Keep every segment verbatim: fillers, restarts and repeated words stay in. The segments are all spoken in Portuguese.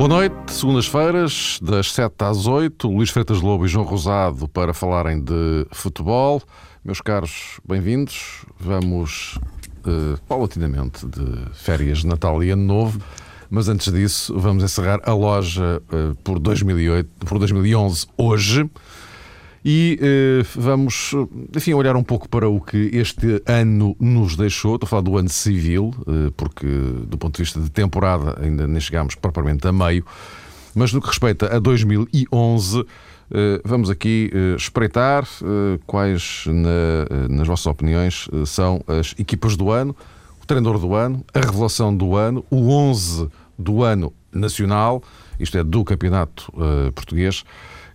Boa noite, segundas-feiras, das sete às oito, Luís Freitas Lobo e João Rosado para falarem de futebol. Meus caros, bem-vindos. Vamos, uh, paulatinamente, de férias de Natal e Ano Novo, mas antes disso vamos encerrar a loja uh, por, dois mil e oito, por dois mil e onze hoje e uh, vamos, enfim, olhar um pouco para o que este ano nos deixou. Estou a falar do ano civil, uh, porque do ponto de vista de temporada ainda nem chegámos propriamente a meio, mas no que respeita a dois mil e onze, uh, vamos aqui uh, espreitar uh, quais, na, uh, nas vossas opiniões, uh, são as equipas do ano, o treinador do ano, a revelação do ano, o onze do ano nacional, isto é, do campeonato uh, português.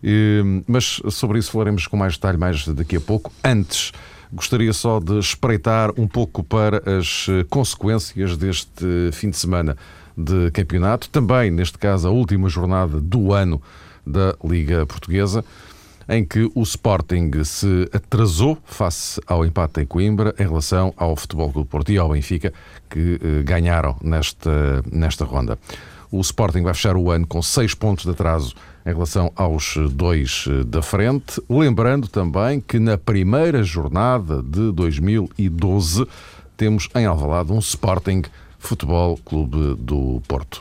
Uh, mas sobre isso falaremos com mais detalhe mais daqui a pouco. Antes, gostaria só de espreitar um pouco para as consequências deste fim de semana de campeonato, também, neste caso, a última jornada do ano da Liga Portuguesa, em que o Sporting se atrasou face ao empate em Coimbra em relação ao Futebol Clube do Porto e ao Benfica, que eh, ganharam nesta, nesta ronda. O Sporting vai fechar o ano com seis pontos de atraso em relação aos dois da frente. Lembrando também que na primeira jornada de dois mil e doze temos em Alvalade um Sporting Futebol Clube do Porto.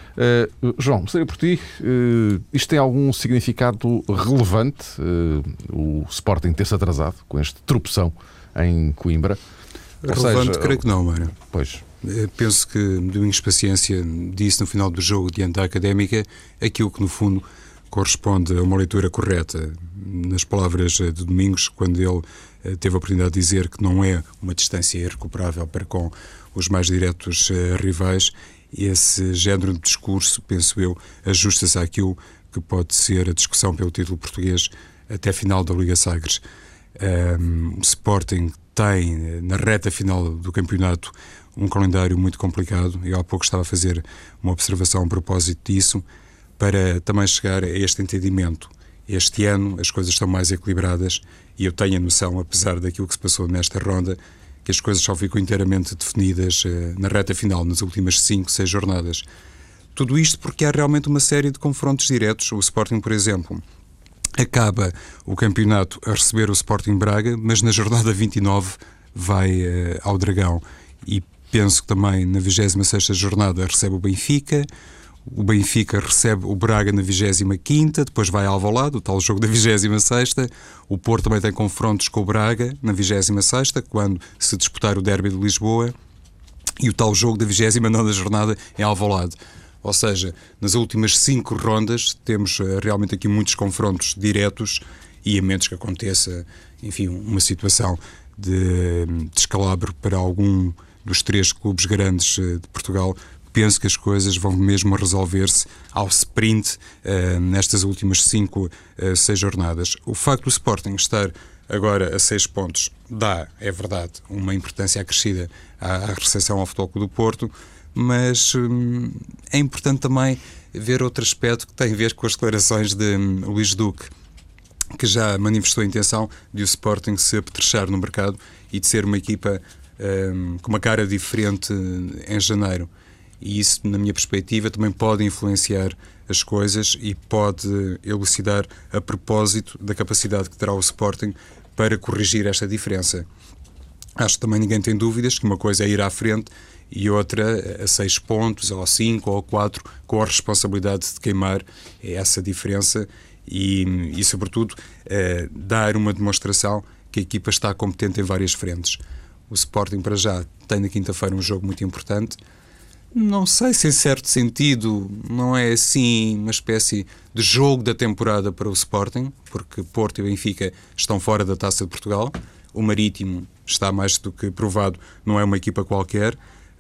Uh, João, gostaria por ti, uh, isto tem algum significado relevante, uh, o Sporting ter-se atrasado com este tropeção em Coimbra? Relevante, seja, creio que não, Mário. Pois. Penso que Domingos Paciência disse no final do jogo diante da Académica aquilo que no fundo corresponde a uma leitura correta. Nas palavras de Domingos, quando ele teve a oportunidade de dizer que não é uma distância irrecuperável para com os mais diretos rivais, esse género de discurso, penso eu, ajusta-se àquilo que pode ser a discussão pelo título português até a final da Liga Sagres. Um, o Sporting tem, na reta final do campeonato, um calendário muito complicado. Eu há pouco estava a fazer uma observação a propósito disso, para também chegar a este entendimento. Este ano as coisas estão mais equilibradas e eu tenho a noção, apesar daquilo que se passou nesta ronda, que as coisas só ficam inteiramente definidas eh, na reta final, nas últimas cinco, seis jornadas. Tudo isto porque há realmente uma série de confrontos diretos. O Sporting, por exemplo, acaba o campeonato a receber o Sporting Braga, mas na jornada vinte e nove vai eh, ao Dragão. E penso que também na vigésima sexta jornada recebe o Benfica. O Benfica recebe o Braga na vigésima quinta, depois vai ao Alvalade, o tal jogo da vigésima sexta. O Porto também tem confrontos com o Braga na vigésima sexta, quando se disputar o derby de Lisboa, e o tal jogo da vigésima nona jornada em Alvalade. Ou seja, nas últimas cinco rondas temos uh, realmente aqui muitos confrontos diretos e a menos que aconteça, enfim, uma situação de descalabro para algum dos três clubes grandes uh, de Portugal. Penso que as coisas vão mesmo resolver-se ao sprint uh, nestas últimas cinco, uh, seis jornadas. O facto do Sporting estar agora a seis pontos dá, é verdade, uma importância acrescida à, à recepção ao Futebol Clube do Porto, mas hum, é importante também ver outro aspecto que tem a ver com as declarações de hum, Luís Duque, que já manifestou a intenção de o Sporting se apetrechar no mercado e de ser uma equipa hum, com uma cara diferente em janeiro. E isso, na minha perspectiva, também pode influenciar as coisas e pode elucidar a propósito da capacidade que terá o Sporting para corrigir esta diferença. Acho que também ninguém tem dúvidas que uma coisa é ir à frente e outra a seis pontos, ou cinco, ou quatro, com a responsabilidade de queimar essa diferença e, e sobretudo, eh, dar uma demonstração que a equipa está competente em várias frentes. O Sporting, para já, tem na quinta-feira um jogo muito importante. Não sei se em certo sentido não é assim uma espécie de jogo da temporada para o Sporting, porque Porto e Benfica estão fora da Taça de Portugal. O Marítimo está mais do que provado, não é uma equipa qualquer.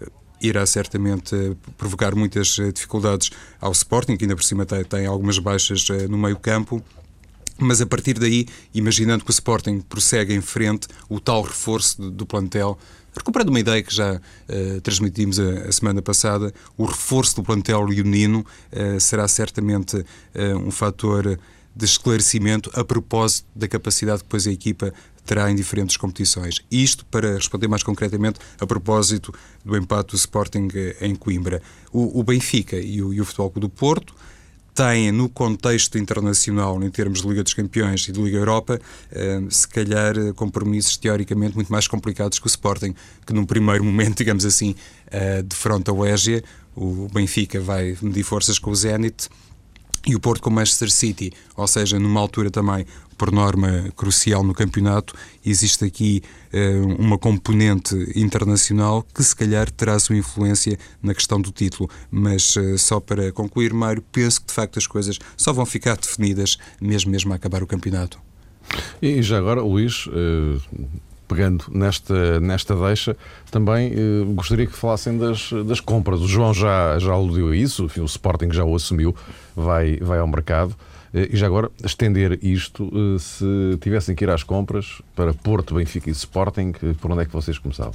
Irá certamente provocar muitas dificuldades ao Sporting, que ainda por cima tem, tem algumas baixas no meio campo. Mas a partir daí, imaginando que o Sporting prossegue em frente, o tal reforço do, do plantel, recuperando uma ideia que já uh, transmitimos a, a semana passada, o reforço do plantel leonino uh, será certamente uh, um fator de esclarecimento a propósito da capacidade que depois a equipa terá em diferentes competições. Isto para responder mais concretamente a propósito do empate do Sporting em Coimbra. O, o Benfica e o, e o Futebol Clube do Porto têm, no contexto internacional, em termos de Liga dos Campeões e de Liga Europa, eh, se calhar compromissos teoricamente muito mais complicados que o Sporting, que num primeiro momento, digamos assim, eh, defronta o Égia. O Benfica vai medir forças com o Zenit e o Porto com o Manchester City, ou seja, numa altura também, por norma crucial no campeonato, existe aqui uh, uma componente internacional que se calhar terá sua influência na questão do título, mas uh, só para concluir, Mário, penso que de facto as coisas só vão ficar definidas mesmo mesmo a acabar o campeonato. E já agora, Luís, uh, pegando nesta, nesta deixa, também uh, gostaria que falassem das, das compras. O João já, já aludiu a isso, enfim, o Sporting já o assumiu, vai, vai ao mercado. E já agora, estender isto, se tivessem que ir às compras para Porto, Benfica e Sporting, por onde é que vocês começavam?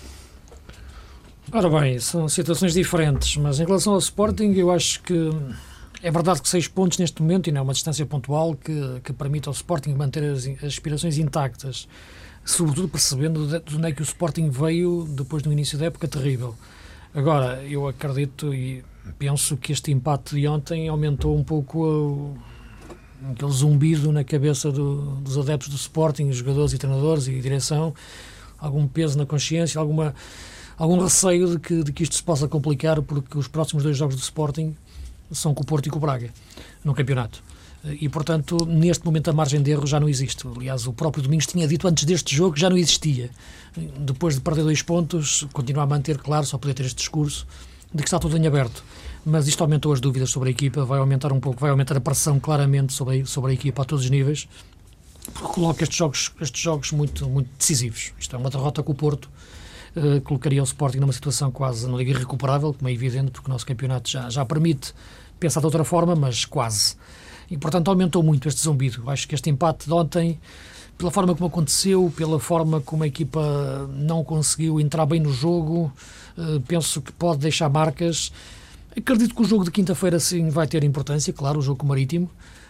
Ora bem, são situações diferentes, mas em relação ao Sporting, eu acho que é verdade que seis pontos neste momento, e não é uma distância pontual, que, que permite ao Sporting manter as, as aspirações intactas, sobretudo percebendo de, de onde é que o Sporting veio depois do início da época terrível. Agora, eu acredito e penso que este empate de ontem aumentou um pouco o aquele zumbido na cabeça do, dos adeptos do Sporting, jogadores e treinadores e direção, algum peso na consciência, alguma, algum receio de que, de que isto se possa complicar, porque os próximos dois jogos do Sporting são com o Porto e com o Braga, no campeonato. E, portanto, neste momento a margem de erro já não existe. Aliás, o próprio Domingos tinha dito antes deste jogo que já não existia. Depois de perder dois pontos, continua a manter, claro, só poder ter este discurso, de que está tudo em aberto. Mas isto aumentou as dúvidas sobre a equipa, vai aumentar um pouco, vai aumentar a pressão claramente sobre a, sobre a equipa a todos os níveis, porque coloca estes jogos, estes jogos muito, muito decisivos. Isto é uma derrota com o Porto, uh, colocaria o Sporting numa situação quase, não digo irrecuperável, como é evidente, porque o nosso campeonato já, já permite pensar de outra forma, mas quase. E, portanto, aumentou muito este zumbido. Acho que este empate de ontem, pela forma como aconteceu, pela forma como a equipa não conseguiu entrar bem no jogo, uh, penso que pode deixar marcas. Acredito que o jogo de quinta-feira sim vai ter importância, claro, o jogo com o Marítimo,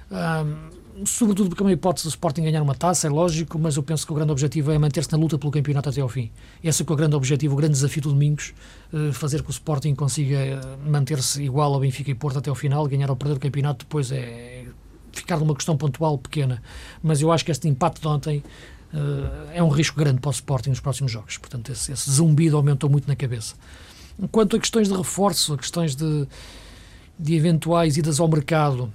um, sobretudo porque é uma hipótese do Sporting ganhar uma taça, é lógico, mas eu penso que o grande objetivo é manter-se na luta pelo campeonato até ao fim. Esse é que é o grande objetivo, o grande desafio do Domingos, uh, fazer com que o Sporting consiga manter-se igual ao Benfica e Porto até ao final, ganhar ou perder o campeonato depois é ficar numa questão pontual pequena, mas eu acho que este empate de ontem uh, é um risco grande para o Sporting nos próximos jogos, portanto esse, esse zumbido aumentou muito na cabeça. Quanto a questões de reforço, a questões de, de eventuais idas ao mercado,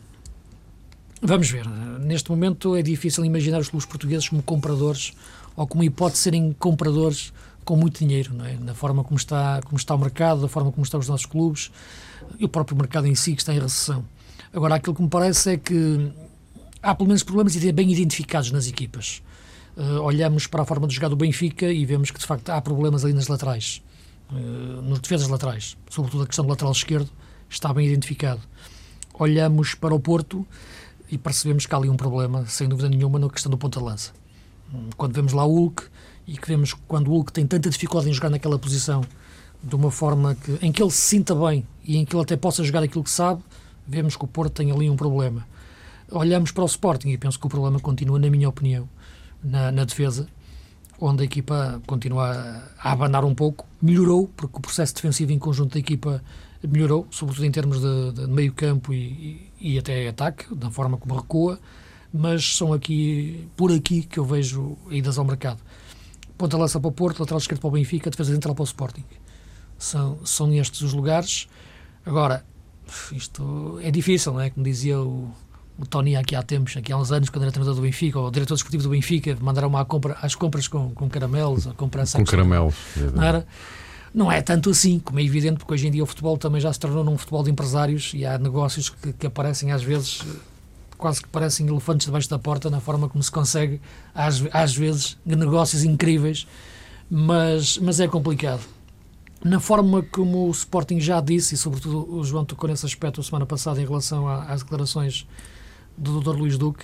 vamos ver. Neste momento é difícil imaginar os clubes portugueses como compradores ou como hipótese de serem compradores com muito dinheiro, não é? Na forma como está, como está o mercado, da forma como estão os nossos clubes e o próprio mercado em si que está em recessão. Agora, aquilo que me parece é que há pelo menos problemas bem identificados nas equipas. Uh, olhamos para a forma de jogar do Benfica e vemos que de facto há problemas ali nas laterais. Uh, nos defesas laterais, sobretudo a questão do lateral esquerdo está bem identificado. Olhamos para o Porto e percebemos que há ali um problema, sem dúvida nenhuma, na questão do ponta-lança. Quando vemos lá o Hulk e que vemos quando o Hulk tem tanta dificuldade em jogar naquela posição de uma forma que, em que ele se sinta bem e em que ele até possa jogar aquilo que sabe, vemos que o Porto tem ali um problema. Olhamos para o Sporting e penso que o problema continua, na minha opinião, na, na defesa, onde a equipa continua a abanar um pouco. Melhorou, porque o processo defensivo em conjunto da equipa melhorou, sobretudo em termos de, de meio campo e, e, e até ataque, da forma como recua, mas são aqui, por aqui que eu vejo idas ao mercado. Ponta-lança para o Porto, lateral esquerdo para o Benfica, defesa central para o Sporting. São, são estes os lugares. Agora, isto é difícil, não é? Como dizia o O Tony aqui há tempos, aqui há uns anos, quando era treinador do Benfica, ou diretor desportivo do Benfica, mandaram-me à compra, às compras com, com caramelos, a comprar com caramelos. Não era? Não é tanto assim, como é evidente, porque hoje em dia o futebol também já se tornou num futebol de empresários e há negócios que, que aparecem às vezes, quase que parecem elefantes debaixo da porta, na forma como se consegue, às, às vezes, negócios incríveis, mas, mas é complicado. Na forma como o Sporting já disse, e sobretudo o João tocou nesse aspecto a semana passada em relação a, às declarações do doutor Luís Duque,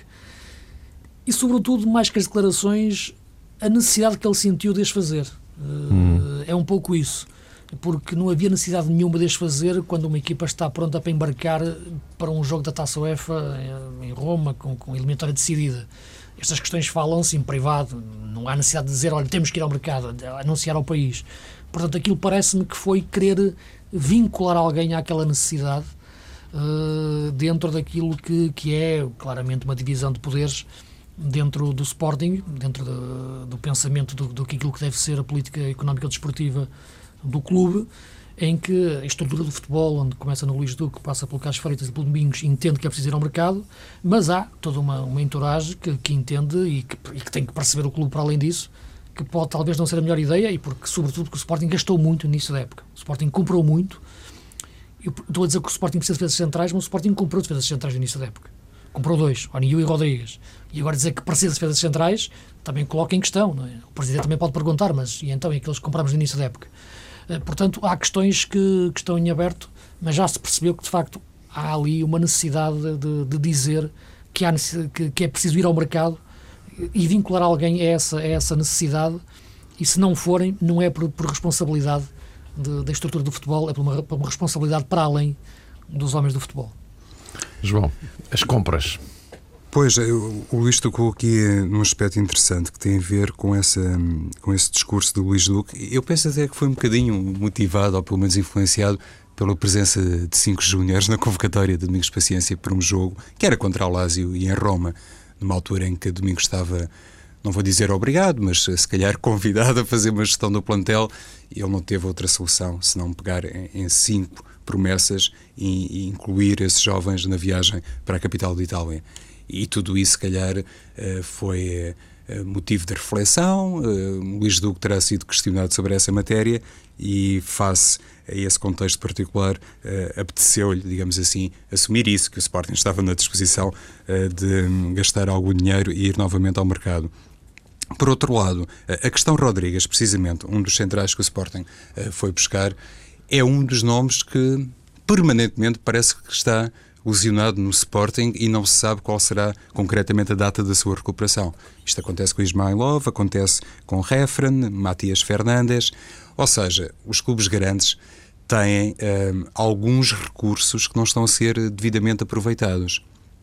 e sobretudo, mais que as declarações, a necessidade que ele sentiu de as fazer. Hum. É um pouco isso, porque não havia necessidade nenhuma de as fazer quando uma equipa está pronta para embarcar para um jogo da Taça UEFA em Roma, com, com eliminatória decidida. Estas questões falam-se em privado, não há necessidade de dizer, olha, temos que ir ao mercado, anunciar ao país. Portanto, aquilo parece-me que foi querer vincular alguém àquela necessidade uh, dentro daquilo que, que é claramente uma divisão de poderes dentro do Sporting, dentro do, do pensamento do, do que aquilo que deve ser a política económica desportiva do clube, em que a estrutura do futebol, onde começa no Luís Duque, passa pelo Carlos Freitas e pelo Domingos, entende que é preciso ir ao mercado, mas há toda uma, uma entourage que, que entende e que, e que tem que perceber o clube para além disso, que pode talvez não ser a melhor ideia, e porque, sobretudo, porque o Sporting gastou muito no início da época. O Sporting comprou muito. Eu estou a dizer que o Sporting precisa de defesas centrais, mas o Sporting comprou defesas centrais no início da época. Comprou dois, Oniu e Rodrigues. E agora dizer que precisa de defesas centrais também coloca em questão, não é? O Presidente também pode perguntar, mas e então é aqueles que compramos no início da época? Portanto, há questões que, que estão em aberto, mas já se percebeu que, de facto, há ali uma necessidade de, de dizer que, há, que, que é preciso ir ao mercado e vincular alguém a essa, a essa necessidade, e se não forem, não é por, por responsabilidade de, da estrutura do futebol, é por uma, por uma responsabilidade para além dos homens do futebol. João, as compras. Pois, o Luís tocou aqui num aspecto interessante que tem a ver com, essa, com esse discurso do Luís Duque. Eu penso até que foi um bocadinho motivado, ou pelo menos influenciado, pela presença de cinco júniores na convocatória de Domingos Paciência para um jogo que era contra o Lazio e em Roma, numa altura em que Domingos estava, não vou dizer obrigado, mas se calhar convidado a fazer uma gestão do plantel. Ele não teve outra solução senão pegar em, em cinco promessas e, e incluir esses jovens na viagem para a capital de Itália. E tudo isso, se calhar, foi motivo de reflexão. Luís Duque terá sido questionado sobre essa matéria e, face a esse contexto particular, apeteceu-lhe, digamos assim, assumir isso, que o Sporting estava na disposição de gastar algum dinheiro e ir novamente ao mercado. Por outro lado, a questão Rodrigues, precisamente, um dos centrais que o Sporting foi buscar, é um dos nomes que permanentemente parece que está lesionado no Sporting e não se sabe qual será concretamente a data da sua recuperação. Isto acontece com Ismailov, acontece com Refren, Matias Fernandes, ou seja, os clubes grandes têm um, alguns recursos que não estão a ser devidamente aproveitados.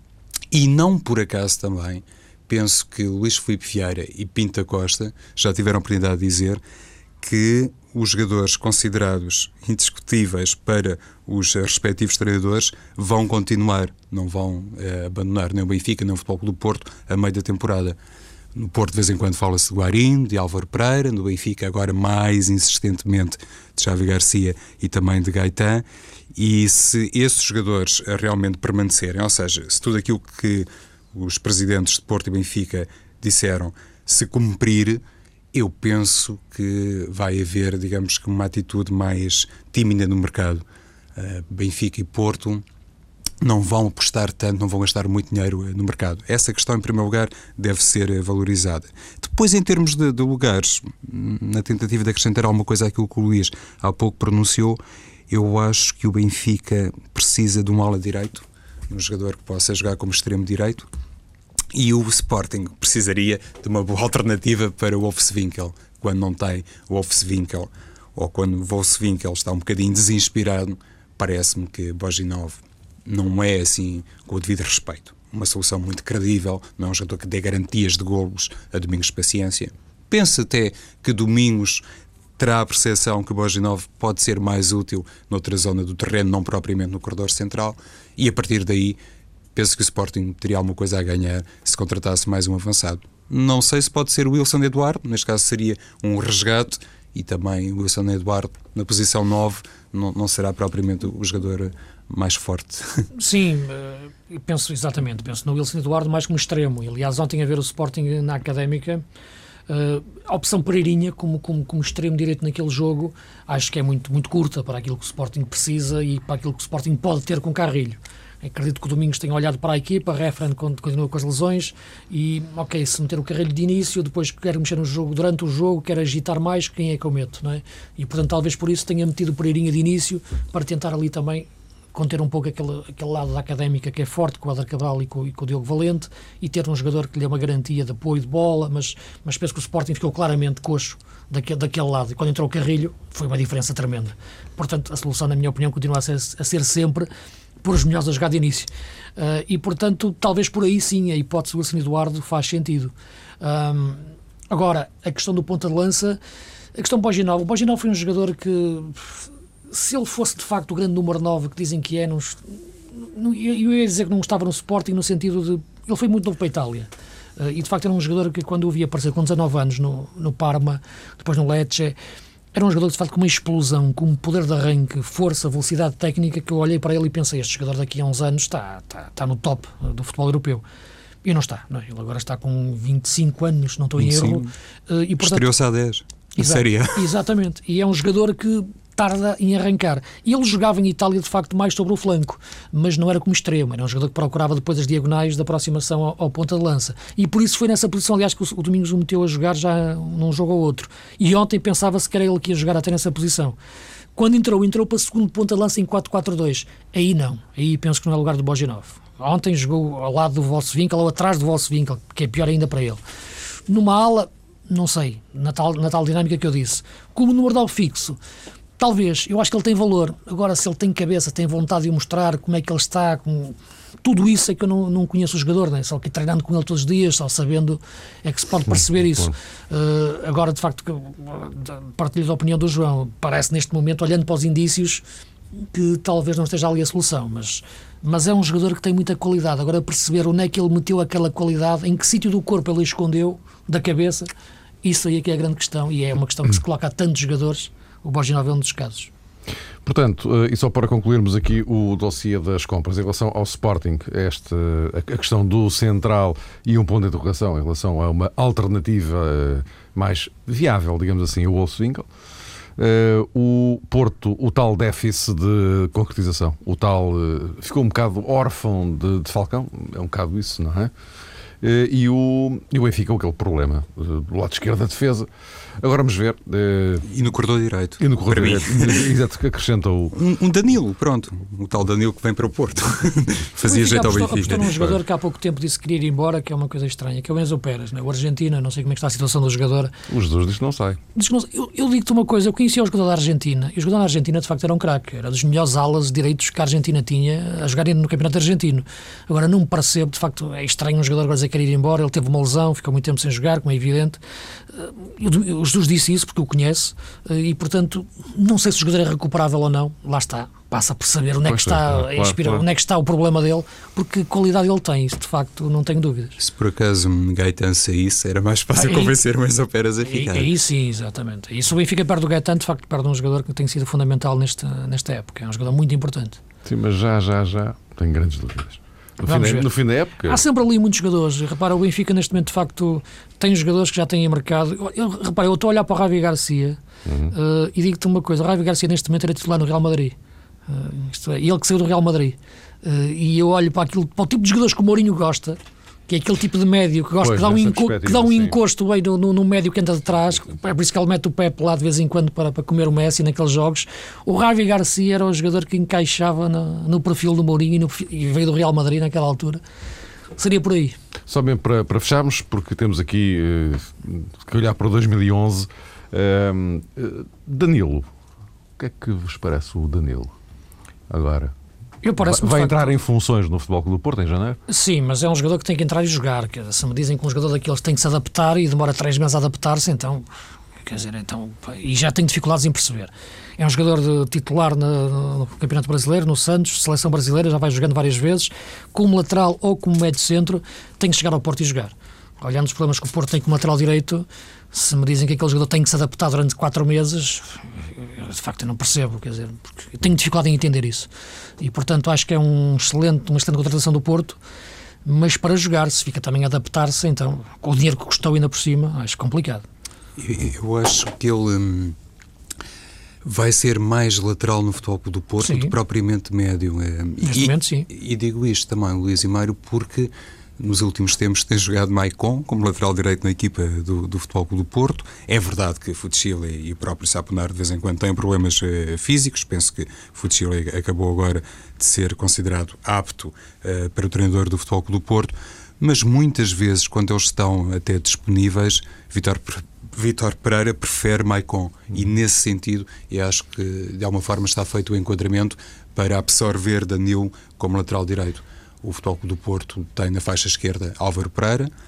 E não por acaso também, penso que Luís Filipe Vieira e Pinto da Costa já tiveram a oportunidade de dizer que os jogadores considerados indiscutíveis para os respectivos treinadores vão continuar, não vão eh, abandonar nem o Benfica nem o Futebol Clube do Porto a meio da temporada. No Porto, de vez em quando, fala-se de Guarim, de Álvaro Pereira, no Benfica, agora mais insistentemente, de Xavi Garcia e também de Gaetan. E se esses jogadores realmente permanecerem, ou seja, se tudo aquilo que os presidentes de Porto e Benfica disseram se cumprir, eu penso que vai haver, digamos que, uma atitude mais tímida no mercado. Uh, Benfica e Porto não vão apostar tanto, não vão gastar muito dinheiro no mercado. Essa questão, em primeiro lugar, deve ser valorizada. Depois, em termos de, de lugares, na tentativa de acrescentar alguma coisa àquilo que o Luís há pouco pronunciou, eu acho que o Benfica precisa de um ala direito, um jogador que possa jogar como extremo direito, e o Sporting precisaria de uma boa alternativa para o Wolfswinkel, quando não tem o Wolfswinkel, ou quando o Wolfswinkel está um bocadinho desinspirado. Parece-me que Bojinov não é, assim, com o devido respeito, uma solução muito credível, não é um jogador que dê garantias de golos a Domingos Paciência. Penso até que Domingos terá a percepção que Bojinov pode ser mais útil noutra zona do terreno, não propriamente no corredor central, e a partir daí penso que o Sporting teria alguma coisa a ganhar se contratasse mais um avançado. Não sei se pode ser o Wilson Eduardo, neste caso seria um resgate, e também o Wilson Eduardo na posição nove não, não será propriamente o jogador mais forte. Sim, penso exatamente, penso no Wilson Eduardo mais como extremo. Aliás, ontem a ver o Sporting na Académica, a opção Pereirinha como, como, como extremo direito naquele jogo, acho que é muito, muito curta para aquilo que o Sporting precisa e para aquilo que o Sporting pode ter com Carrilho. Acredito que o Domingos tenha olhado para a equipa, a Refren continua com as lesões e, ok, se meter o Carrilho de início, depois quer mexer no jogo, durante o jogo, quer agitar mais, quem é que eu meto, não é? E, portanto, talvez por isso tenha metido o Pereirinha de início, para tentar ali também conter um pouco aquele, aquele lado da Académica que é forte, com o Adar Cabral e com, e com o Diogo Valente, e ter um jogador que lhe dê uma garantia de apoio de bola, mas, mas penso que o Sporting ficou claramente coxo daquele, daquele lado, e quando entrou o Carrilho foi uma diferença tremenda. Portanto, a solução, na minha opinião, continua a ser, a ser sempre por os melhores a jogar de início. Uh, e, portanto, talvez por aí sim, a hipótese do Wilson Eduardo faz sentido. Um, Agora, a questão do ponta de lança, a questão do Boginov. O Boginov foi um jogador que, se ele fosse de facto o grande número nove que dizem que é, não, não, eu ia dizer que não estava no Sporting no sentido de... Ele foi muito novo para a Itália. Uh, e de facto era um jogador que, quando eu vi aparecer com dezanove anos no, no Parma, depois no Lecce, era um jogador de facto com uma explosão, com um poder de arranque, força, velocidade técnica, que eu olhei para ele e pensei, este jogador daqui a uns anos está, está, está no top do futebol europeu. E não está, não é? Ele agora está com vinte e cinco anos, não estou em erro. Uh, e, portanto, estreou-se há dez, em Série A. Exatamente, e é um jogador que tarda em arrancar. E ele jogava em Itália, de facto, mais sobre o flanco, mas não era como extremo, era um jogador que procurava depois as diagonais da aproximação ao, ao ponta de lança. E por isso foi nessa posição, aliás, que o, o Domingos o meteu a jogar já num jogo ou outro. E ontem pensava-se que era ele que ia jogar até nessa posição. Quando entrou, entrou para segundo ponta de lança em quatro quatro dois. Aí não, aí penso que não é lugar do Boginov. Ontem jogou ao lado do Wolfswinkel ou atrás do Wolfswinkel, que é pior ainda para ele. Numa ala, não sei, na tal, na tal dinâmica que eu disse. Como número de alvo fixo, talvez, eu acho que ele tem valor. Agora, se ele tem cabeça, tem vontade de mostrar como é que ele está, com tudo isso é que eu não, não conheço o jogador, né? Só que treinando com ele todos os dias, só sabendo é que se pode perceber isso. Uh, agora, de facto, partilho da opinião do João, parece neste momento, olhando para os indícios, que talvez não esteja ali a solução, mas, mas é um jogador que tem muita qualidade. Agora, perceber onde é que ele meteu aquela qualidade, em que sítio do corpo ele escondeu, da cabeça, isso aí é que é a grande questão, e é uma questão que se coloca a tantos jogadores. O Boginov é um dos casos. Portanto, e só para concluirmos aqui o dossiê das compras, em relação ao Sporting, esta, a questão do central e um ponto de interrogação em relação a uma alternativa mais viável, digamos assim, o Wolfswinkel. Uh, o Porto, o tal déficit de concretização, o tal uh, ficou um bocado órfão de, de Falcão, é um bocado isso, não é? Uh, e, o, e o Benfica, aquele problema uh, do lado esquerdo da defesa. Agora vamos ver. Uh, e no corredor direito. E no corredor direito. Exato, que acrescenta o. Um, um Danilo, pronto. O tal Danilo que vem para o Porto. Fazia jeito ao Benfica. Apostou num jogador que há pouco tempo disse que queria ir embora, que é uma coisa estranha, que é o Enzo Pérez, né? O argentino, não sei como é que está a situação do jogador. O Jesus diz que não sai. Diz que não, eu, eu digo-te uma coisa, eu conhecia o jogador da Argentina, e o jogador da Argentina de facto era um craque, era dos melhores alas direitos que a Argentina tinha a jogarem no campeonato argentino. Agora não me percebo, de facto é estranho um jogador agora dizer que querer ir embora, ele teve uma lesão, ficou muito tempo sem jogar, como é evidente. O Jesus disse isso porque o conhece, e portanto não sei se o jogador é recuperável ou não, lá está, passa por saber onde é que está, é, claro, inspira, claro. onde é que está o problema dele, porque qualidade ele tem, isso de facto não tenho dúvidas. Se por acaso Gaetan saísse, era mais fácil ah, convencer o Enzo Pérez a ficar. Aí sim, exatamente. E se o Benfica perde do Gaetan, de facto perde um jogador que tem sido fundamental neste, nesta época, é um jogador muito importante. Sim, mas já, já, já tenho grandes dúvidas. No fim, da, no fim da época. Há sempre ali muitos jogadores. Repara, o Benfica neste momento de facto tem jogadores que já têm em mercado. Eu, eu, repara, eu estou a olhar para o Javi Garcia uhum. uh, e digo-te uma coisa: o Javi Garcia neste momento era titular no Real Madrid. Uh, isto é, ele que saiu do Real Madrid. Uh, e eu olho para, aquilo, para o tipo de jogadores que o Mourinho gosta, que é aquele tipo de médio que gosta, pois, que dá um, enco que dá um encosto bem no, no, no médio que anda de trás. É por isso que ele mete o Pepe lá de vez em quando para, para comer o Messi naqueles jogos. O Javi Garcia era o jogador que encaixava no, no perfil do Mourinho e, no, e veio do Real Madrid naquela altura. Seria por aí. Só mesmo para, para fecharmos, porque temos aqui uh, que olhar para dois mil e onze. Uh, uh, Danilo, o que é que vos parece o Danilo agora? Vai entrar em funções no Futebol Clube do Porto em janeiro? Sim, mas é um jogador que tem que entrar e jogar. Se me dizem que um jogador daqueles tem que se adaptar e demora três meses a adaptar-se, então, quer dizer, então, e já tenho dificuldades em perceber. É um jogador de titular no, no Campeonato Brasileiro, no Santos, seleção brasileira, já vai jogando várias vezes, como lateral ou como médio centro, tem que chegar ao Porto e jogar. Olhando os problemas que o Porto tem como lateral direito, se me dizem que aquele jogador tem que se adaptar durante quatro meses, de facto eu não percebo, quer dizer, porque eu tenho dificuldade em entender isso. E portanto acho que é um excelente, uma excelente contratação do Porto, mas para jogar, se fica também a adaptar-se, então, com o dinheiro que custou ainda por cima, acho complicado. Eu, eu acho que ele hum, vai ser mais lateral no Futebol Clube do Porto sim. do que propriamente médio. Neste e, momento, sim. E digo isto também, Luís e Mário, porque nos últimos tempos tem jogado Maicon como lateral direito na equipa do, do Futebol Clube do Porto. É verdade que Futchile e o próprio Saponar de vez em quando têm problemas uh, físicos. Penso que Futchile acabou agora de ser considerado apto uh, para o treinador do Futebol Clube do Porto, mas muitas vezes, quando eles estão até disponíveis, Vítor Vítor Pereira prefere Maicon. Uhum. E nesse sentido, eu acho que de alguma forma está feito o enquadramento para absorver Danilo como lateral direito. O Futebol Clube do Porto tem na faixa esquerda Álvaro Pereira,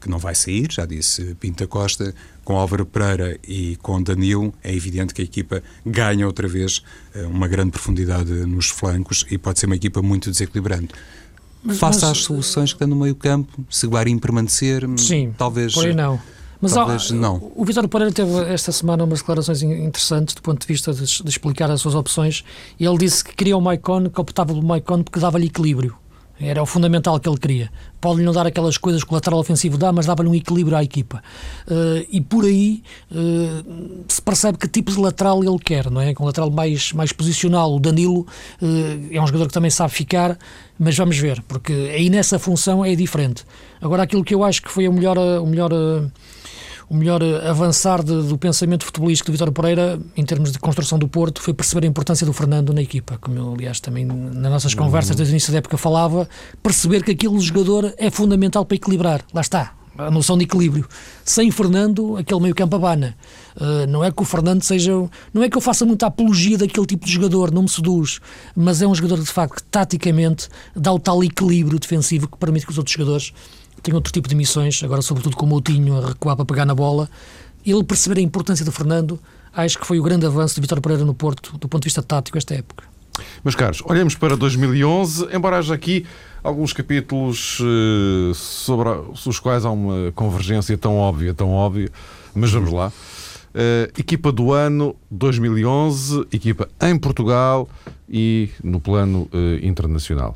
que não vai sair, já disse Pinto Costa. Com Álvaro Pereira e com Danilo, é evidente que a equipa ganha outra vez uma grande profundidade nos flancos e pode ser uma equipa muito desequilibrante. Mas, Face mas, às soluções que estão no meio campo, se Guarim permanecer, sim, talvez... por aí não. Mas talvez há, não. O Vítor Pereira teve esta semana umas declarações interessantes do ponto de vista de, de explicar as suas opções, e ele disse que queria o Maicon, que optava pelo Maicon porque dava-lhe equilíbrio. Era o fundamental que ele queria. Pode-lhe não dar aquelas coisas que o lateral ofensivo dá, mas dava-lhe um equilíbrio à equipa. Uh, e por aí uh, se percebe que tipo de lateral ele quer, não é? Com um lateral mais, mais posicional. O Danilo uh, é um jogador que também sabe ficar, mas vamos ver, porque aí nessa função é diferente. Agora, aquilo que eu acho que foi o melhor... O melhor uh, O melhor avançar de, do pensamento futebolístico do Vítor Pereira, em termos de construção do Porto, foi perceber a importância do Fernando na equipa, como eu, aliás, também nas nossas conversas desde o início da época falava, perceber que aquele jogador é fundamental para equilibrar. Lá está, a noção de equilíbrio. Sem Fernando, aquele meio campo abana. Uh, não é que o Fernando seja... Não é que eu faça muita apologia daquele tipo de jogador, não me seduz, mas é um jogador, de facto, que taticamente dá o tal equilíbrio defensivo que permite que os outros jogadores tem outro tipo de missões, agora sobretudo com o Moutinho a recuar para pegar na bola. Ele perceber a importância do Fernando, acho que foi o grande avanço de Vítor Pereira no Porto, do ponto de vista tático, esta época. Meus caros, olhamos para dois mil e onze, embora haja aqui alguns capítulos uh, sobre os quais há uma convergência tão óbvia, tão óbvia, mas vamos lá. Uh, equipa do ano dois mil e onze, equipa em Portugal e no plano uh, internacional.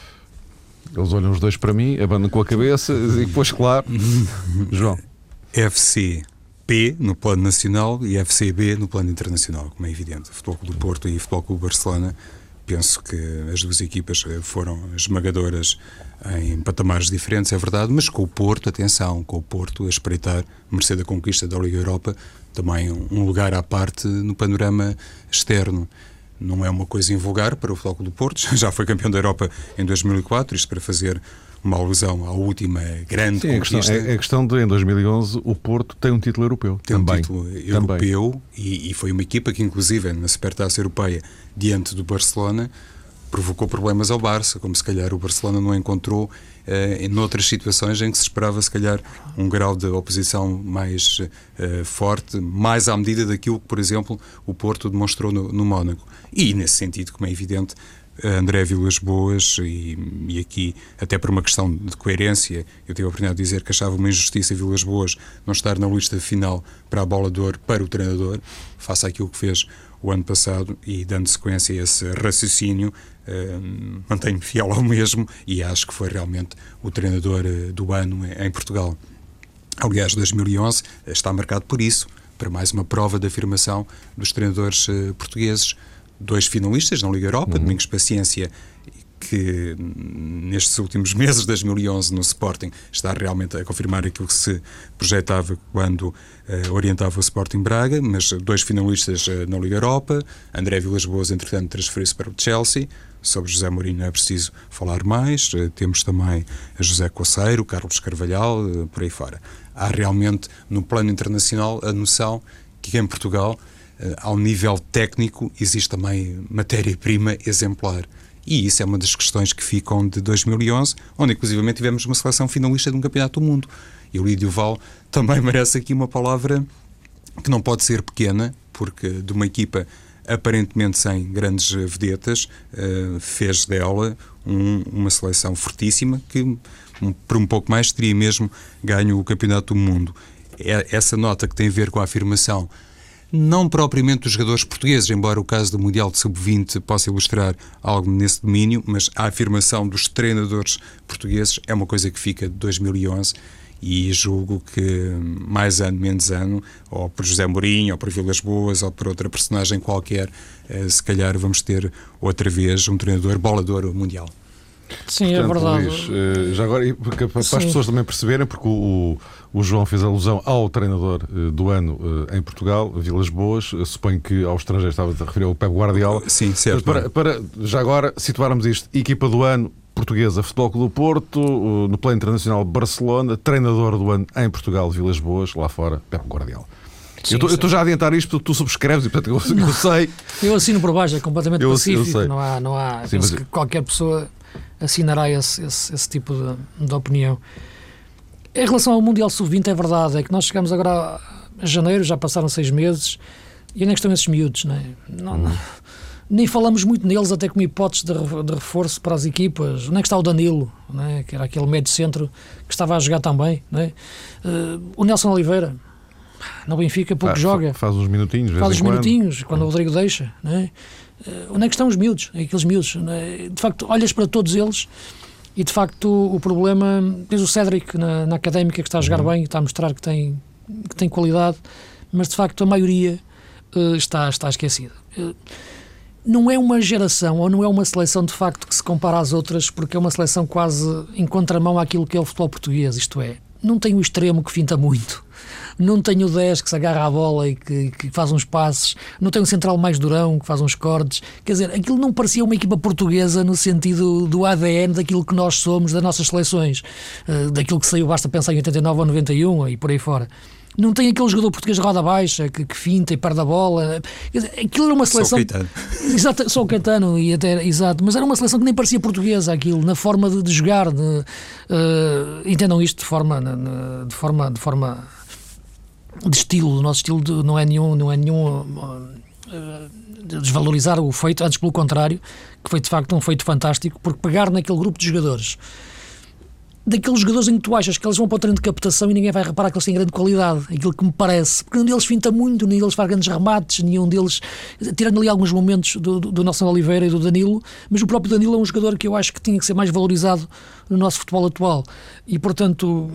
Eles olham os dois para mim, abanam com a cabeça e depois, claro, João. F C P no plano nacional e F C B no plano internacional, como é evidente. Futebol Clube do Porto e Futebol Clube Barcelona, penso que as duas equipas foram esmagadoras em patamares diferentes, é verdade, mas com o Porto, atenção, com o Porto a espreitar, mercê da conquista da Liga Europa, também um lugar à parte no panorama externo. Não é uma coisa invulgar para o Futebol Clube do Porto, já foi campeão da Europa em dois mil e quatro, isto para fazer uma alusão à última grande Sim, conquista. A questão, é, a questão de, em dois mil e onze, o Porto tem um título europeu. Tem também. um título europeu e, e foi uma equipa que, inclusive, na Supertaça Europeia, diante do Barcelona, provocou problemas ao Barça, como se calhar o Barcelona não encontrou eh, noutras situações em que se esperava, se calhar, um grau de oposição mais eh, forte, mais à medida daquilo que, por exemplo, o Porto demonstrou no, no Mónaco. E, nesse sentido, como é evidente, André Vilas-Boas, e, e aqui, até por uma questão de coerência, eu tive a oportunidade de dizer que achava uma injustiça Vilas-Boas não estar na lista final para a Bola de Ouro para o treinador, face àquilo que fez o ano passado, e dando sequência a esse raciocínio, eh, mantenho-me fiel ao mesmo e acho que foi realmente o treinador eh, do ano em Portugal. Aliás, dois mil e onze está marcado por isso, para mais uma prova de afirmação dos treinadores eh, portugueses. Dois finalistas na Liga Europa, uhum. Domingos Paciência, que nestes últimos meses de dois mil e onze no Sporting está realmente a confirmar aquilo que se projetava quando uh, orientava o Sporting Braga, mas dois finalistas uh, na Liga Europa. André Vilas-Boas, entretanto, transferiu-se para o Chelsea. Sobre José Mourinho não é preciso falar mais. Uh, temos também a José Coceiro, Carlos Carvalhal, uh, por aí fora. Há realmente, no plano internacional, a noção que em Portugal, uh, ao nível técnico, existe também matéria-prima exemplar. E isso é uma das questões que ficam de dois mil e onze, onde inclusivamente tivemos uma seleção finalista de um campeonato do mundo. E o Lídio Val também merece aqui uma palavra que não pode ser pequena, porque de uma equipa aparentemente sem grandes vedetas, uh, fez dela um, uma seleção fortíssima que, um, por um pouco mais, teria mesmo ganho o campeonato do mundo. É essa nota que tem a ver com a afirmação não propriamente dos jogadores portugueses, embora o caso do Mundial de sub vinte possa ilustrar algo nesse domínio, mas a afirmação dos treinadores portugueses é uma coisa que fica de dois mil e onze e julgo que mais ano, menos ano, ou por José Mourinho, ou por Vilas-Boas, ou por outra personagem qualquer, se calhar vamos ter outra vez um treinador bola de ouro mundial. Sim, portanto, é verdade. Luís, já agora, para, para as pessoas também perceberem, porque o, o João fez alusão ao treinador do ano em Portugal, Vilas-Boas, suponho que ao estrangeiro estava a referir ao Pep Guardiola. Sim, certo. Para, para já agora situarmos isto, equipa do ano portuguesa, Futebol Clube do Porto, no plano internacional Barcelona, treinador do ano em Portugal, Vilas-Boas, lá fora, Pep Guardiola. Sim, eu estou já a adiantar isto porque tu subscreves e portanto eu, eu sei. Eu assino por baixo, é completamente eu, pacífico, eu não há, não há Sim, penso mas... que qualquer pessoa assinará esse, esse, esse tipo de, de opinião. Em relação ao Mundial sub vinte, é verdade, é que nós chegamos agora a janeiro, já passaram seis meses, e onde é que estão esses miúdos, não é? Não, não, nem falamos muito neles até como hipótese de, de reforço para as equipas. Onde é que está o Danilo, não é? Que era aquele médio centro que estava a jogar também, não é? Uh, o Nelson Oliveira, no Benfica, pouco ah, joga. Faz uns minutinhos, Faz uns quando. minutinhos, quando o Rodrigo deixa, não é? Uh, onde é que estão os miúdos? Aqueles miúdos, não é? De facto, olhas para todos eles e, de facto, o, o problema... Tens o Cédric na, na Académica, que está a jogar uhum. bem, está a mostrar que tem, que tem qualidade, mas, de facto, a maioria uh, está, está esquecida. Uh, não é uma geração, ou não é uma seleção, de facto, que se compara às outras, porque é uma seleção quase em contramão àquilo que é o futebol português, isto é, não tem o extremo que finta muito, não tem o dez que se agarra à bola e que, que faz uns passes, não tem um central mais durão que faz uns cortes, quer dizer, aquilo não parecia uma equipa portuguesa no sentido do A D N daquilo que nós somos, das nossas seleções, uh, daquilo que saiu, basta pensar em oitenta e nove ou noventa e um e por aí fora. Não tem aquele jogador português de roda baixa que, que finta e perde a bola. Quer dizer, aquilo era uma seleção. Só o Caetano. Exato, só o Caetano, e até, exato, mas era uma seleção que nem parecia portuguesa, aquilo, na forma de, de jogar. De, uh, entendam isto de forma, de forma, de forma de estilo. O nosso estilo de, não é nenhum, não é nenhum uh, de desvalorizar o feito, antes pelo contrário, que foi de facto um feito fantástico, porque pegar naquele grupo de jogadores, daqueles jogadores em que tu achas que eles vão para o treino de captação e ninguém vai reparar que eles têm grande qualidade, aquilo que me parece, porque nenhum deles finta muito, nenhum deles faz grandes remates, nenhum deles, tirando ali alguns momentos do, do, do Nelson Oliveira e do Danilo, mas o próprio Danilo é um jogador que eu acho que tinha que ser mais valorizado no nosso futebol atual, e portanto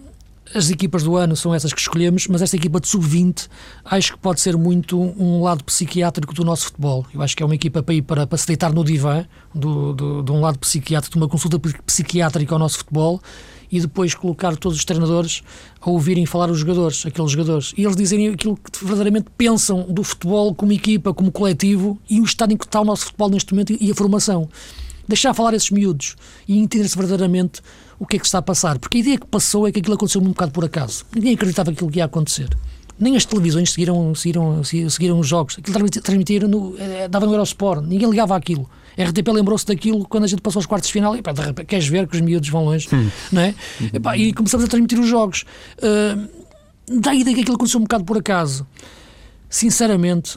as equipas do ano são essas que escolhemos, mas esta equipa de sub vinte acho que pode ser muito um lado psiquiátrico do nosso futebol. Eu acho que é uma equipa para ir para, para se deitar no divã do, do, de um lado psiquiátrico, de uma consulta psiquiátrica ao nosso futebol, e depois colocar todos os treinadores a ouvirem falar os jogadores, aqueles jogadores, e eles dizerem aquilo que verdadeiramente pensam do futebol como equipa, como coletivo, e o estado em que está o nosso futebol neste momento e a formação. Deixar falar esses miúdos e entender-se verdadeiramente o que é que está a passar, porque a ideia que passou é que aquilo aconteceu um bocado por acaso. Ninguém acreditava que aquilo que ia acontecer. Nem as televisões seguiram, seguiram, seguiram os jogos. Aquilo transmitiram, no, eh, dava no Eurosport, ninguém ligava àquilo. A R T P lembrou-se daquilo quando a gente passou aos quartos de final, e pá, de repente, queres ver que os miúdos vão longe, hum. não é? E, pá, e começamos a transmitir os jogos. Uh, dá a ideia que aquilo aconteceu um bocado por acaso. Sinceramente,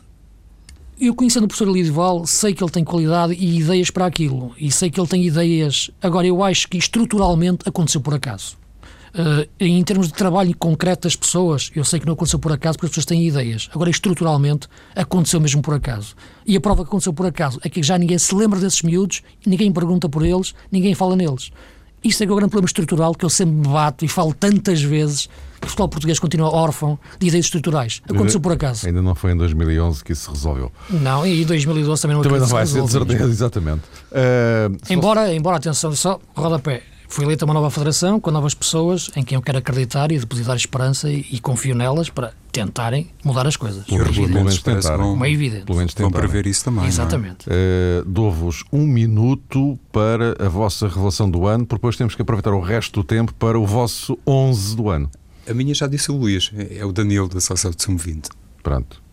eu, conhecendo o professor Elidival, sei que ele tem qualidade e ideias para aquilo, e sei que ele tem ideias. Agora, eu acho que estruturalmente aconteceu por acaso. Uh, em termos de trabalho concreto das pessoas, eu sei que não aconteceu por acaso porque as pessoas têm ideias. Agora, estruturalmente, aconteceu mesmo por acaso. E a prova que aconteceu por acaso é que já ninguém se lembra desses miúdos, ninguém pergunta por eles, ninguém fala neles. Isto é que é o grande problema estrutural que eu sempre me bato e falo tantas vezes, que o futebol português continua órfão de ideias estruturais. Aconteceu por acaso. Ainda não foi em dois mil e onze que isso se resolveu. Não, e em dois mil e doze também não também não vai se ser, de certeza, exatamente. Uh, embora, fosse... embora, atenção, só rodapé. Foi eleita uma nova federação com novas pessoas em quem eu quero acreditar e depositar esperança e, e confio nelas para tentarem mudar as coisas. E os regulamentos vão, é evidente. Vão prever isso também. Exatamente. É? Uh, dou-vos um minuto para a vossa revelação do ano, porque depois temos que aproveitar o resto do tempo para o vosso onze do ano. A minha já disse o Luís, é o Danilo da Seleção de sub vinte. Pronto.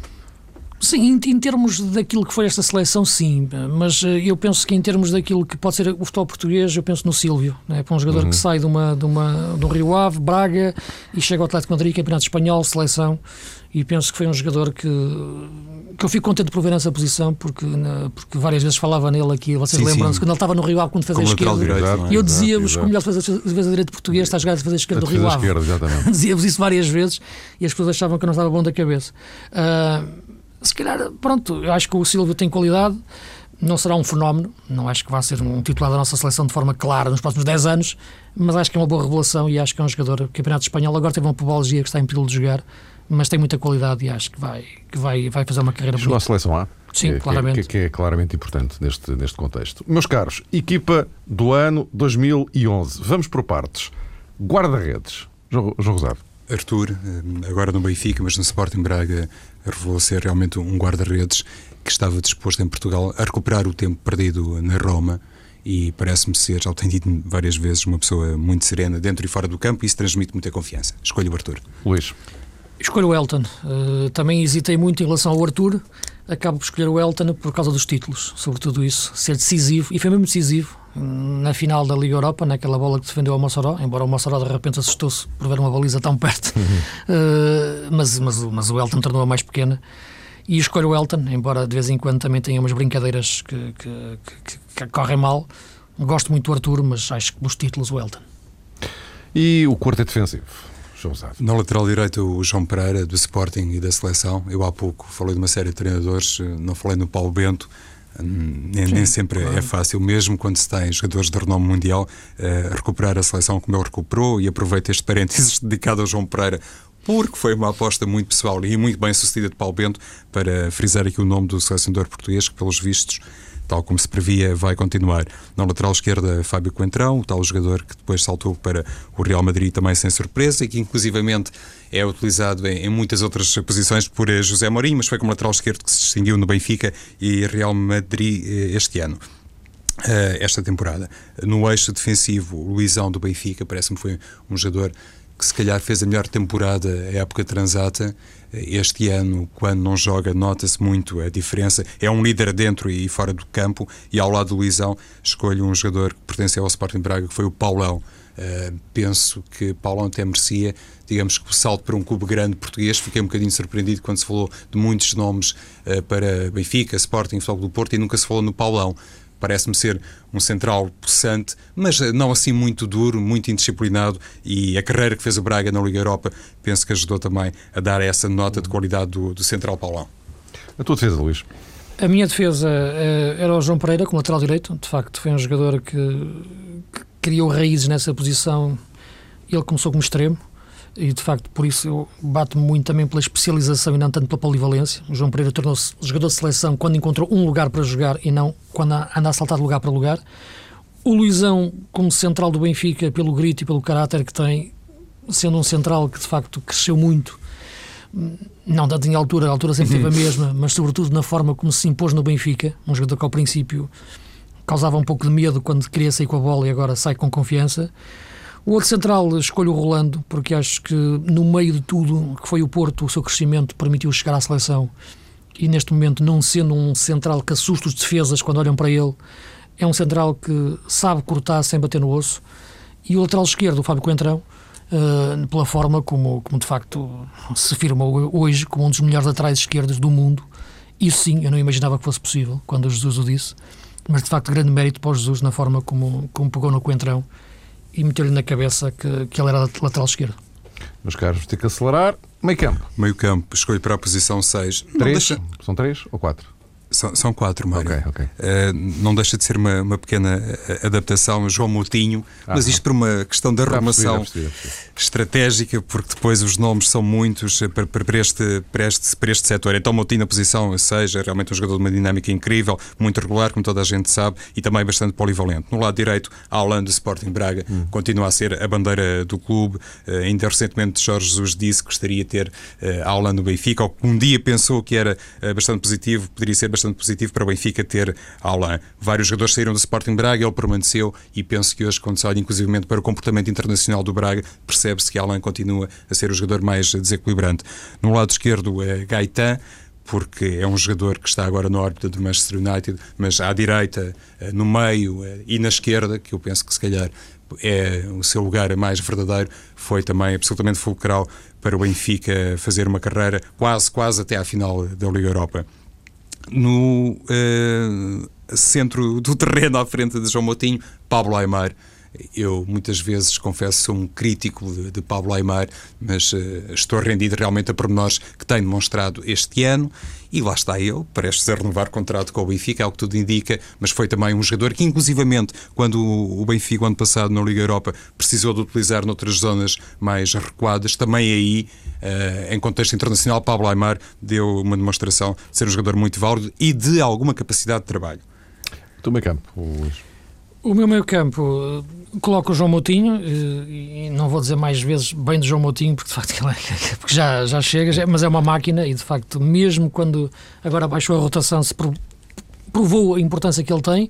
Sim, em, em termos daquilo que foi esta seleção, sim, mas eu penso que em termos daquilo que pode ser o futebol português, eu penso no Sílvio, né? Para um jogador uhum. que sai de uma, de uma, do Rio Ave, Braga, e chega ao Atlético de Madrid, Campeonato Espanhol, seleção, e penso que foi um jogador que, que eu fico contente por ver nessa posição, porque, na, porque várias vezes falava nele aqui, vocês lembram-se, quando ele estava no Rio Ave, quando fez a esquerda, direito, e eu dizia-vos que o melhor defesa direito português está a jogar a defesa esquerda do Rio Ave. Dizia-vos isso várias vezes, e as pessoas achavam que eu não estava bom da cabeça. Uh, Se calhar, pronto, eu acho que o Sílvio tem qualidade, não será um fenómeno, não acho que vá ser um titular da nossa seleção de forma clara nos próximos dez anos, mas acho que é uma boa revelação e acho que é um jogador do Campeonato Espanhol. Agora teve uma pobologia que está em período de jogar, mas tem muita qualidade e acho que vai, que vai, vai fazer uma carreira boa. Chegou à seleção A? Sim, que, claramente. Que, que é claramente importante neste, neste contexto. Meus caros, equipa do ano dois mil e onze. Vamos por partes. Guarda-redes. João Rosado. Arthur, agora no Benfica, mas no Sporting Braga, revelou ser realmente um guarda-redes que estava disposto em Portugal a recuperar o tempo perdido na Roma, e parece-me ser, já o tenho dito várias vezes, uma pessoa muito serena dentro e fora do campo, e isso transmite muita confiança. Escolho o Arthur. Luís. Escolho o Elton. Uh, também hesitei muito em relação ao Arthur, acabo por escolher o Elton por causa dos títulos, sobretudo isso, ser decisivo, e foi mesmo decisivo na final da Liga Europa, naquela bola que defendeu ao Mossoró, embora o Mossoró de repente assustou-se por ver uma baliza tão perto, uhum. uh, mas, mas, mas o Elton tornou-a mais pequena, e escolho o Elton, embora de vez em quando também tenha umas brincadeiras que, que, que, que correm mal. Gosto muito do Arthur, mas acho que os títulos o Elton. E o quarteto defensivo? Na lateral direita, o João Pereira, do Sporting e da Seleção. Eu há pouco falei de uma série de treinadores, não falei no Paulo Bento. Nem, Sim, nem sempre claro. É fácil, mesmo quando se tem jogadores de renome mundial, uh, recuperar a Seleção como ele recuperou. E aproveito este parênteses dedicado ao João Pereira, porque foi uma aposta muito pessoal e muito bem sucedida de Paulo Bento, para frisar aqui o nome do selecionador português, que pelos vistos, tal como se previa, vai continuar. Na lateral esquerda, Fábio Coentrão, o tal jogador que depois saltou para o Real Madrid também sem surpresa, e que inclusivamente é utilizado em, em muitas outras posições por José Mourinho, mas foi como lateral esquerdo que se distinguiu no Benfica e Real Madrid este ano, esta temporada. No eixo defensivo, o Luizão do Benfica, parece-me foi um jogador que se calhar fez a melhor temporada a época transata. Este ano, quando não joga, nota-se muito a diferença. É um líder dentro e fora do campo, e ao lado do Luizão escolho um jogador que pertence ao Sporting Braga, que foi o Paulão. Uh, penso que Paulão até merecia, digamos, que o salto para um clube grande português. Fiquei um bocadinho surpreendido quando se falou de muitos nomes uh, para Benfica, Sporting, Futebol do Porto, e nunca se falou no Paulão. Parece-me ser um central possante, mas não assim muito duro, muito indisciplinado, e a carreira que fez o Braga na Liga Europa penso que ajudou também a dar essa nota de qualidade do, do central Paulão. A tua defesa, Luís? A minha defesa uh, era o João Pereira como lateral direito. De facto foi um jogador que, que criou raízes nessa posição. Ele começou como extremo e de facto por isso eu bato-me muito também pela especialização e não tanto pela polivalência. O João Pereira tornou-se jogador de seleção quando encontrou um lugar para jogar e não quando anda a saltar de lugar para lugar. O Luizão como central do Benfica, pelo grito e pelo caráter que tem, sendo um central que de facto cresceu muito, não tanto em altura, a altura sempre teve a mesma, mas sobretudo na forma como se impôs no Benfica. Um jogador que ao princípio causava um pouco de medo quando queria sair com a bola e agora sai com confiança. O outro central escolho o Rolando, porque acho que no meio de tudo que foi o Porto, o seu crescimento permitiu chegar à seleção, e neste momento, não sendo um central que assusta os defesas quando olham para ele, é um central que sabe cortar sem bater no osso. E o lateral esquerdo, o Fábio Coentrão, uh, pela forma como, como de facto se firmou hoje como um dos melhores laterais esquerdos do mundo. Isso sim, eu não imaginava que fosse possível quando o Jesus o disse, mas de facto grande mérito para o Jesus na forma como, como pegou no Coentrão e meteu-lhe na cabeça que, que ele era lateral esquerdo. Meus caros, tem que acelerar. Meio campo. Meio campo, escolho para a posição seis. Três? Deixa... São três ou quatro? São, são quatro, Mário. Okay, okay. Uh, não deixa de ser uma, uma pequena adaptação, João Moutinho, ah, mas isto por uma questão de arrumação estratégica, porque depois os nomes são muitos para, para, este, para, este, para este setor. Então Moutinho na posição seis é realmente um jogador de uma dinâmica incrível, muito regular, como toda a gente sabe, e também bastante polivalente. No lado direito, Haaland do Sporting Braga, hum. continua a ser a bandeira do clube. Uh, ainda recentemente Jorge Jesus disse que gostaria de ter uh, Haaland no Benfica, ou que um dia pensou que era uh, bastante positivo, poderia ser bastante positivo para o Benfica ter Haaland. Vários jogadores saíram do Sporting Braga, ele permaneceu, e penso que hoje, quando se olha inclusivamente para o comportamento internacional do Braga, percebe-se que Haaland continua a ser o jogador mais desequilibrante. No lado esquerdo é Gaetan, porque é um jogador que está agora na órbita do Manchester United, mas à direita, no meio e na esquerda, que eu penso que se calhar é o seu lugar mais verdadeiro, foi também absolutamente fulcral para o Benfica fazer uma carreira quase, quase até à final da Liga Europa. No uh, centro do terreno, à frente de João Moutinho, Pablo Aimar. Eu muitas vezes, confesso, sou um crítico de, de Pablo Aimar, mas uh, estou rendido realmente a pormenores que tem demonstrado este ano, e lá está ele, prestes a renovar contrato com o Benfica, é o que tudo indica, mas foi também um jogador que, inclusivamente, quando o Benfica, ano passado, na Liga Europa, precisou de utilizar noutras zonas mais recuadas, também aí, uh, em contexto internacional, Pablo Aimar deu uma demonstração de ser um jogador muito válido e de alguma capacidade de trabalho. Do meio campo, Luís. O meu meio campo, coloco o João Moutinho, e não vou dizer mais vezes bem do João Moutinho, porque de facto ele é, porque já, já chega, mas é uma máquina, e de facto, mesmo quando agora baixou a rotação, se provou a importância que ele tem.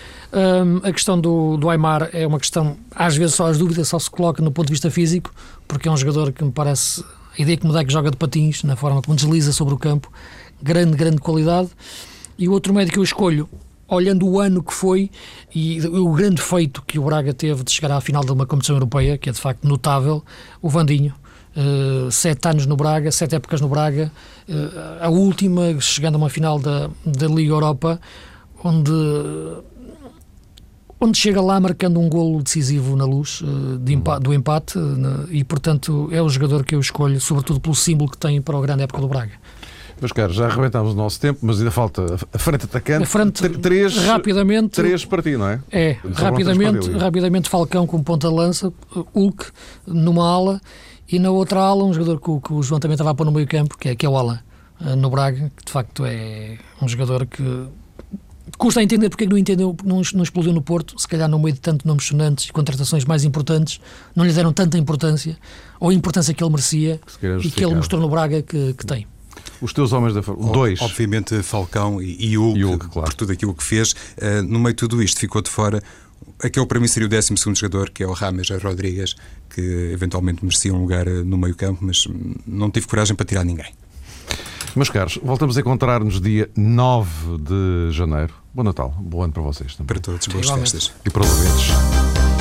Um, a questão do, do Aimar é uma questão, às vezes só as dúvidas só se coloca no ponto de vista físico, porque é um jogador que me parece, a ideia que me dá é que joga de patins, na forma como desliza sobre o campo, grande, grande qualidade. E o outro médio que eu escolho, olhando o ano que foi e o grande feito que o Braga teve de chegar à final de uma competição europeia, que é de facto notável, o Vandinho. Uh, sete anos no Braga, sete épocas no Braga, uh, a última chegando a uma final da, da Liga Europa, onde, onde chega lá marcando um golo decisivo na Luz uh, de empa- do empate, uh, e portanto é o jogador que eu escolho, sobretudo pelo símbolo que tem para a grande época do Braga. Meus caros, já arrebentámos o nosso tempo, mas ainda falta a frente atacante. A frente, três, rapidamente, três para ti, não é? É, rapidamente, rapidamente Falcão com ponta de lança, Hulk numa ala, e na outra ala um jogador que, o- que o João também estava a pôr no meio campo, que é, que é o Alan, uh, no Braga, que de facto é um jogador que custa a entender porque é que não, entendeu, não, não explodiu no Porto, se calhar no meio de tanto nomes sonantes e contratações mais importantes, não lhe deram tanta importância, ou a importância que ele merecia que e que ele mostrou no Braga que, que tem. Os teus homens da dois. Obviamente Falcão e, e Hulk, E Hulk, claro. por tudo aquilo que fez. Uh, no meio de tudo isto ficou de fora aquele para mim seria o décimo segundo jogador, que é o Rames Rodrigues, que eventualmente merecia um lugar no meio campo, mas não tive coragem para tirar ninguém. Meus caros, voltamos a encontrar-nos dia nove de janeiro. Bom Natal, bom ano para vocês também. Para todos, boas Igualmente. festas. E para os ouvintes.